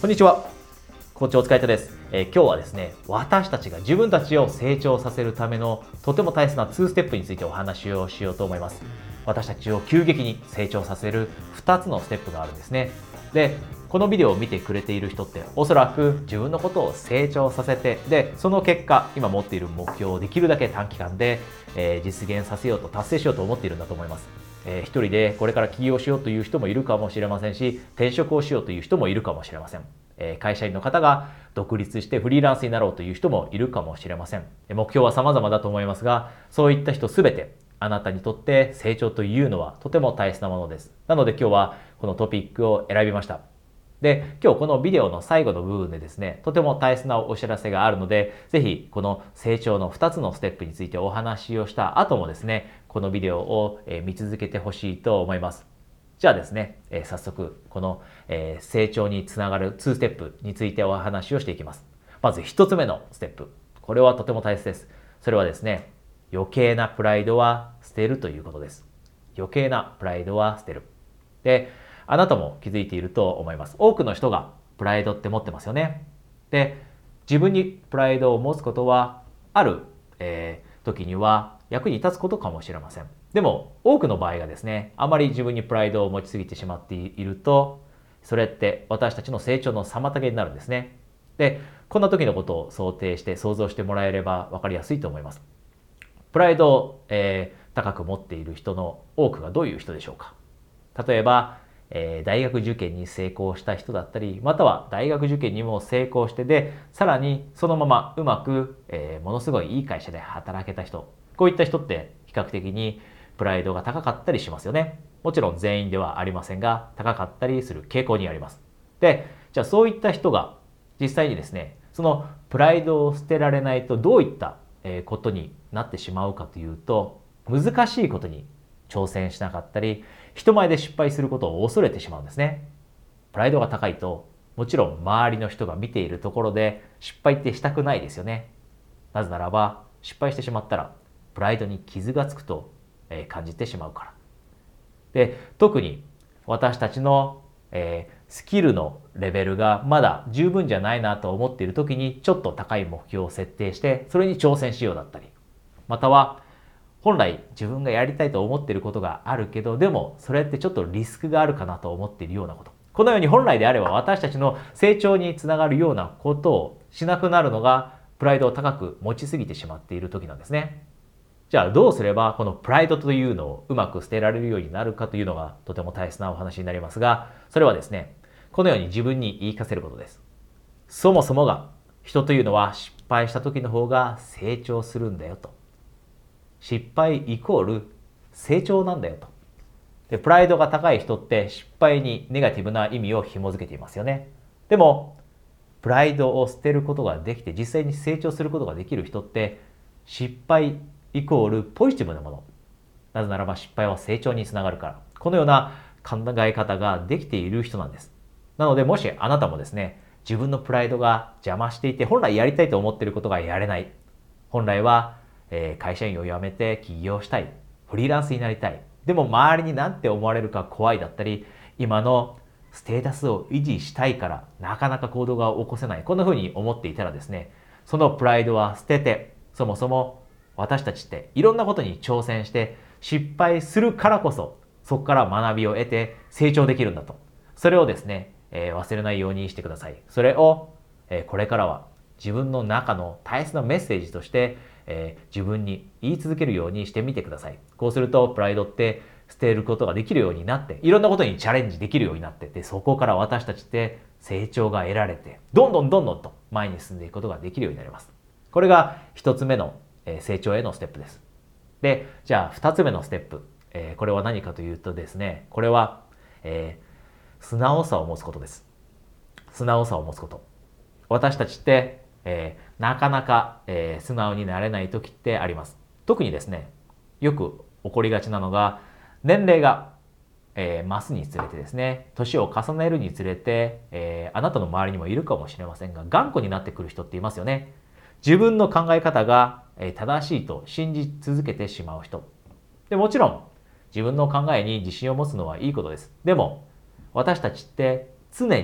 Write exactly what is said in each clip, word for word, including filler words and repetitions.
こんにちは。コーチお疲れ様です。えー、今日はですね、私たちが自分たちを成長させるためのとても大切なツーステップについてお話をしようと思います。私たちを急激に成長させるふたつのステップがあるんですね。で、このビデオを見てくれている人っておそらく自分のことを成長させて、で、その結果、今持っている目標をできるだけ短期間で、えー、実現させようと、達成しようと思っているんだと思います。えー、一人でこれから起業しようという人もいるかもしれませんし、転職をしようという人もいるかもしれません。えー、会社員の方が独立してフリーランスになろうという人もいるかもしれません。目標は様々だと思いますが、そういった人すべてあなたにとって成長というのはとても大切なものです。なので今日はこのトピックを選びました。で、今日このビデオの最後の部分でですね、とても大切なお知らせがあるので、ぜひこの成長のふたつのステップについてお話をした後もですね、このビデオを見続けてほしいと思います。じゃあですね、早速この成長につながるツーステップについてお話をしていきます。まずひとつめのステップ。これはとても大切です。それはですね、余計なプライドは捨てるということです。余計なプライドは捨てる。で、あなたも気づいていると思います。多くの人がプライドって持ってますよね。で、自分にプライドを持つことはある、えー、時には役に立つことかもしれません。でも多くの場合がですね、あまり自分にプライドを持ちすぎてしまっていると、それって私たちの成長の妨げになるんですね。で、こんな時のことを想定して想像してもらえれば分かりやすいと思います。プライドを、えー、高く持っている人の多くがどういう人でしょうか。例えば、えー、大学受験に成功した人だったり、または大学受験にも成功してで、さらにそのままうまく、えー、ものすごいいい会社で働けた人。こういった人って比較的にプライドが高かったりしますよね。もちろん全員ではありませんが、高かったりする傾向にあります。で、じゃあそういった人が実際にですね、そのプライドを捨てられないとどういったことになってしまうかというと、難しいことに挑戦しなかったり、人前で失敗することを恐れてしまうんですね。プライドが高いと、もちろん周りの人が見ているところで失敗ってしたくないですよね。なぜならば、失敗してしまったら、プライドに傷がつくと感じてしまうから。で、特に私たちの、えー、スキルのレベルがまだ十分じゃないなと思っている時に、ちょっと高い目標を設定して、それに挑戦しようだったり、または、本来自分がやりたいと思っていることがあるけど、でもそれってちょっとリスクがあるかなと思っているようなこと。このように本来であれば私たちの成長につながるようなことをしなくなるのがプライドを高く持ちすぎてしまっている時なんですね。じゃあどうすればこのプライドというのをうまく捨てられるようになるかというのがとても大切なお話になりますが、それはですね、このように自分に言い聞かせることです。そもそもが人というのは失敗した時の方が成長するんだよと。失敗イコール成長なんだよと。で、プライドが高い人って失敗にネガティブな意味を紐づけていますよね。でも、プライドを捨てることができて実際に成長することができる人って失敗イコールポジティブなもの。なぜならば失敗は成長につながるから。このような考え方ができている人なんです。なので、もしあなたもですね、自分のプライドが邪魔していて本来やりたいと思っていることがやれない。本来は会社員を辞めて起業したい。フリーランスになりたい。でも周りに何て思われるか怖いだったり、今のステータスを維持したいからなかなか行動が起こせない。こんな風に思っていたらですね、そのプライドは捨てて、そもそも私たちっていろんなことに挑戦して失敗するからこそ、そこから学びを得て成長できるんだと。それをですね、えー、忘れないようにしてください。それを、えー、これからは自分の中の大切なメッセージとしてえー、自分に言い続けるようにしてみてください。こうするとプライドって捨てることができるようになって、いろんなことにチャレンジできるようになって、でそこから私たちって成長が得られて、どんどんどんどんと前に進んでいくことができるようになります。これが一つ目の、えー、成長へのステップです。で、じゃあ二つ目のステップ、えー、これは何かというとですね、これは、えー、素直さを持つことです。素直さを持つこと。私たちってえー、なかなか、えー、素直になれない時ってあります。特にですね、よく起こりがちなのが、年齢が、えー、増すにつれてですね、年を重ねるにつれて、えー、あなたの周りにもいるかもしれませんが、頑固になってくる人っていますよね。自分の考え方が、えー、正しいと信じ続けてしまう人。で、もちろん、自分の考えに自信を持つのはいいことです。でも、私たちって常に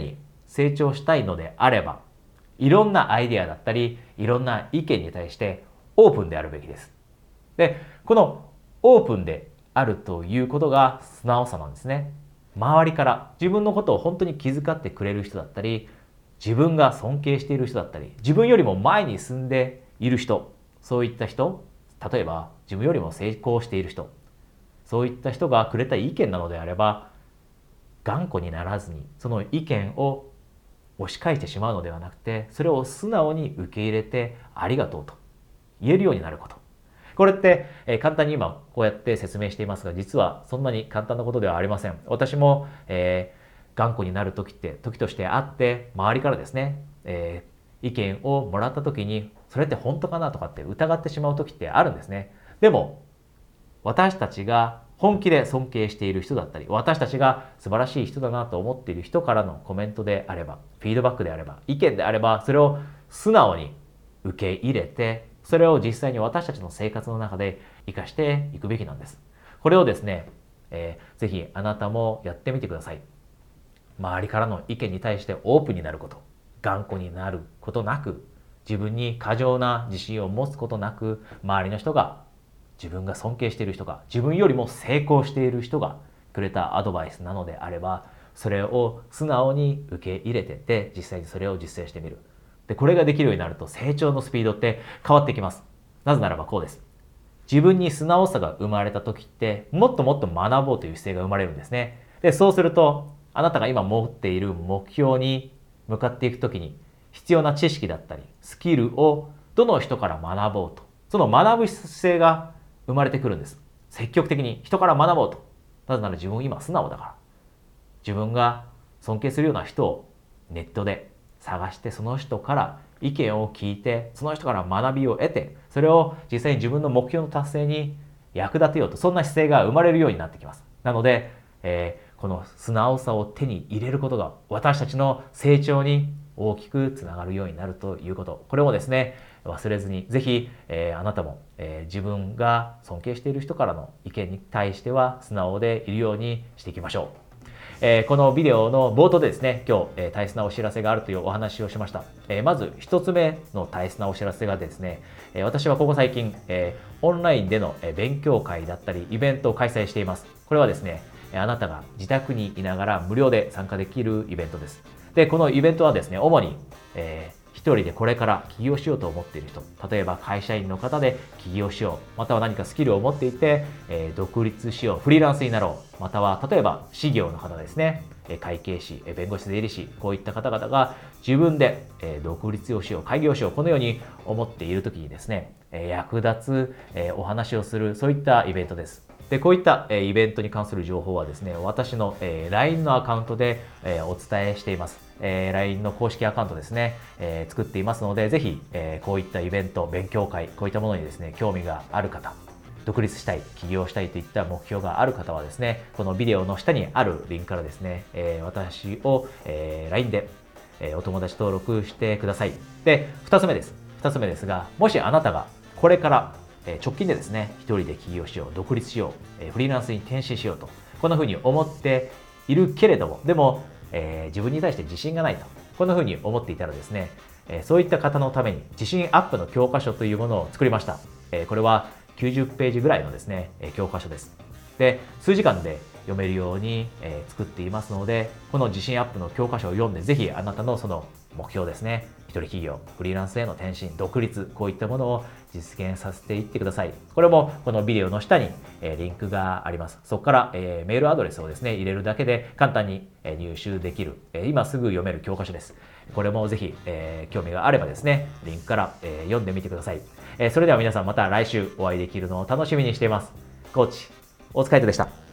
成長したいのであれば、いろんなアイデアだったり、いろんな意見に対してオープンであるべきです。で、このオープンであるということが素直さなんですね。周りから自分のことを本当に気遣ってくれる人だったり、自分が尊敬している人だったり、自分よりも前に進んでいる人、そういった人、例えば自分よりも成功している人、そういった人がくれた意見なのであれば、頑固にならずにその意見を押し返してしまうのではなくて、それを素直に受け入れてありがとうと言えるようになること。これって、えー、簡単に今こうやって説明していますが、実はそんなに簡単なことではありません。私も、えー、頑固になる時って時としてあって、周りからですね、えー、意見をもらった時に、それって本当かなとかって疑ってしまう時ってあるんですね。でも私たちが本気で尊敬している人だったり、私たちが素晴らしい人だなと思っている人からのコメントであれば、フィードバックであれば、意見であれば、それを素直に受け入れて、それを実際に私たちの生活の中で活かしていくべきなんです。これをですね、えー、ぜひあなたもやってみてください。周りからの意見に対してオープンになること、頑固になることなく、自分に過剰な自信を持つことなく、周りの人が、自分が尊敬している人が、自分よりも成功している人がくれたアドバイスなのであれば、それを素直に受け入れてて、実際にそれを実践してみる。で、これができるようになると成長のスピードって変わってきます。なぜならばこうです。自分に素直さが生まれた時って、もっともっと学ぼうという姿勢が生まれるんですね。で、そうすると、あなたが今持っている目標に向かっていく時に、必要な知識だったり、スキルをどの人から学ぼうと。その学ぶ姿勢が生まれてくるんです。積極的に人から学ぼうと。なぜなら自分今素直だから。自分が尊敬するような人をネットで探して、その人から意見を聞いて、その人から学びを得て、それを実際に自分の目標の達成に役立てようと、そんな姿勢が生まれるようになってきます。なので、えー、この素直さを手に入れることが私たちの成長に大きくつながるようになるということ。これもですね、忘れずに、ぜひ、えー、あなたも、えー、自分が尊敬している人からの意見に対しては素直でいるようにしていきましょう。えー、このビデオの冒頭でですね、今日、えー、大切なお知らせがあるというお話をしました。えー、まず一つ目の大切なお知らせがですね、えー、私はここ最近、えー、オンラインでの勉強会だったりイベントを開催しています。これはですね、あなたが自宅にいながら無料で参加できるイベントです。で、このイベントはですね、主に、えー一人でこれから起業しようと思っている人、例えば会社員の方で起業しよう、または何かスキルを持っていて、えー、独立しよう、フリーランスになろう、または例えば事業の方ですね、会計士、弁護士、税理士、こういった方々が自分で独立をしよう、開業しよう、このように思っている時にですね、役立つお話をする、そういったイベントです。で、こういったイベントに関する情報はですね、私の ライン のアカウントでお伝えしています。ライン の公式アカウントですね、作っていますので、ぜひこういったイベント、勉強会、こういったものにですね、興味がある方、独立したい、起業したいといった目標がある方はですね、このビデオの下にあるリンクからですね、私を ライン でお友達登録してください。で、二つ目です。二つ目ですが、もしあなたがこれから直近でですね、一人で起業しよう、独立しよう、フリーランスに転身しようと、こんな風に思っているけれども、でも、えー、自分に対して自信がないと、こんな風に思っていたらですね、えー、そういった方のために自信アップの教科書というものを作りました。えー、これはきゅうじゅっページぐらいのですね、教科書です。で、数時間で読めるように、えー、作っていますので、この自信アップの教科書を読んで、ぜひあなたのその目標ですね、一人企業、フリーランスへの転身、独立、こういったものを実現させていってください。これもこのビデオの下に、えー、リンクがあります。そこから、えー、メールアドレスをですね、入れるだけで簡単に入手できる、えー、今すぐ読める教科書です。これもぜひ、えー、興味があればですね、リンクから、えー、読んでみてください。えー、それでは皆さんまた来週お会いできるのを楽しみにしています。コーチ、大塚海人でした。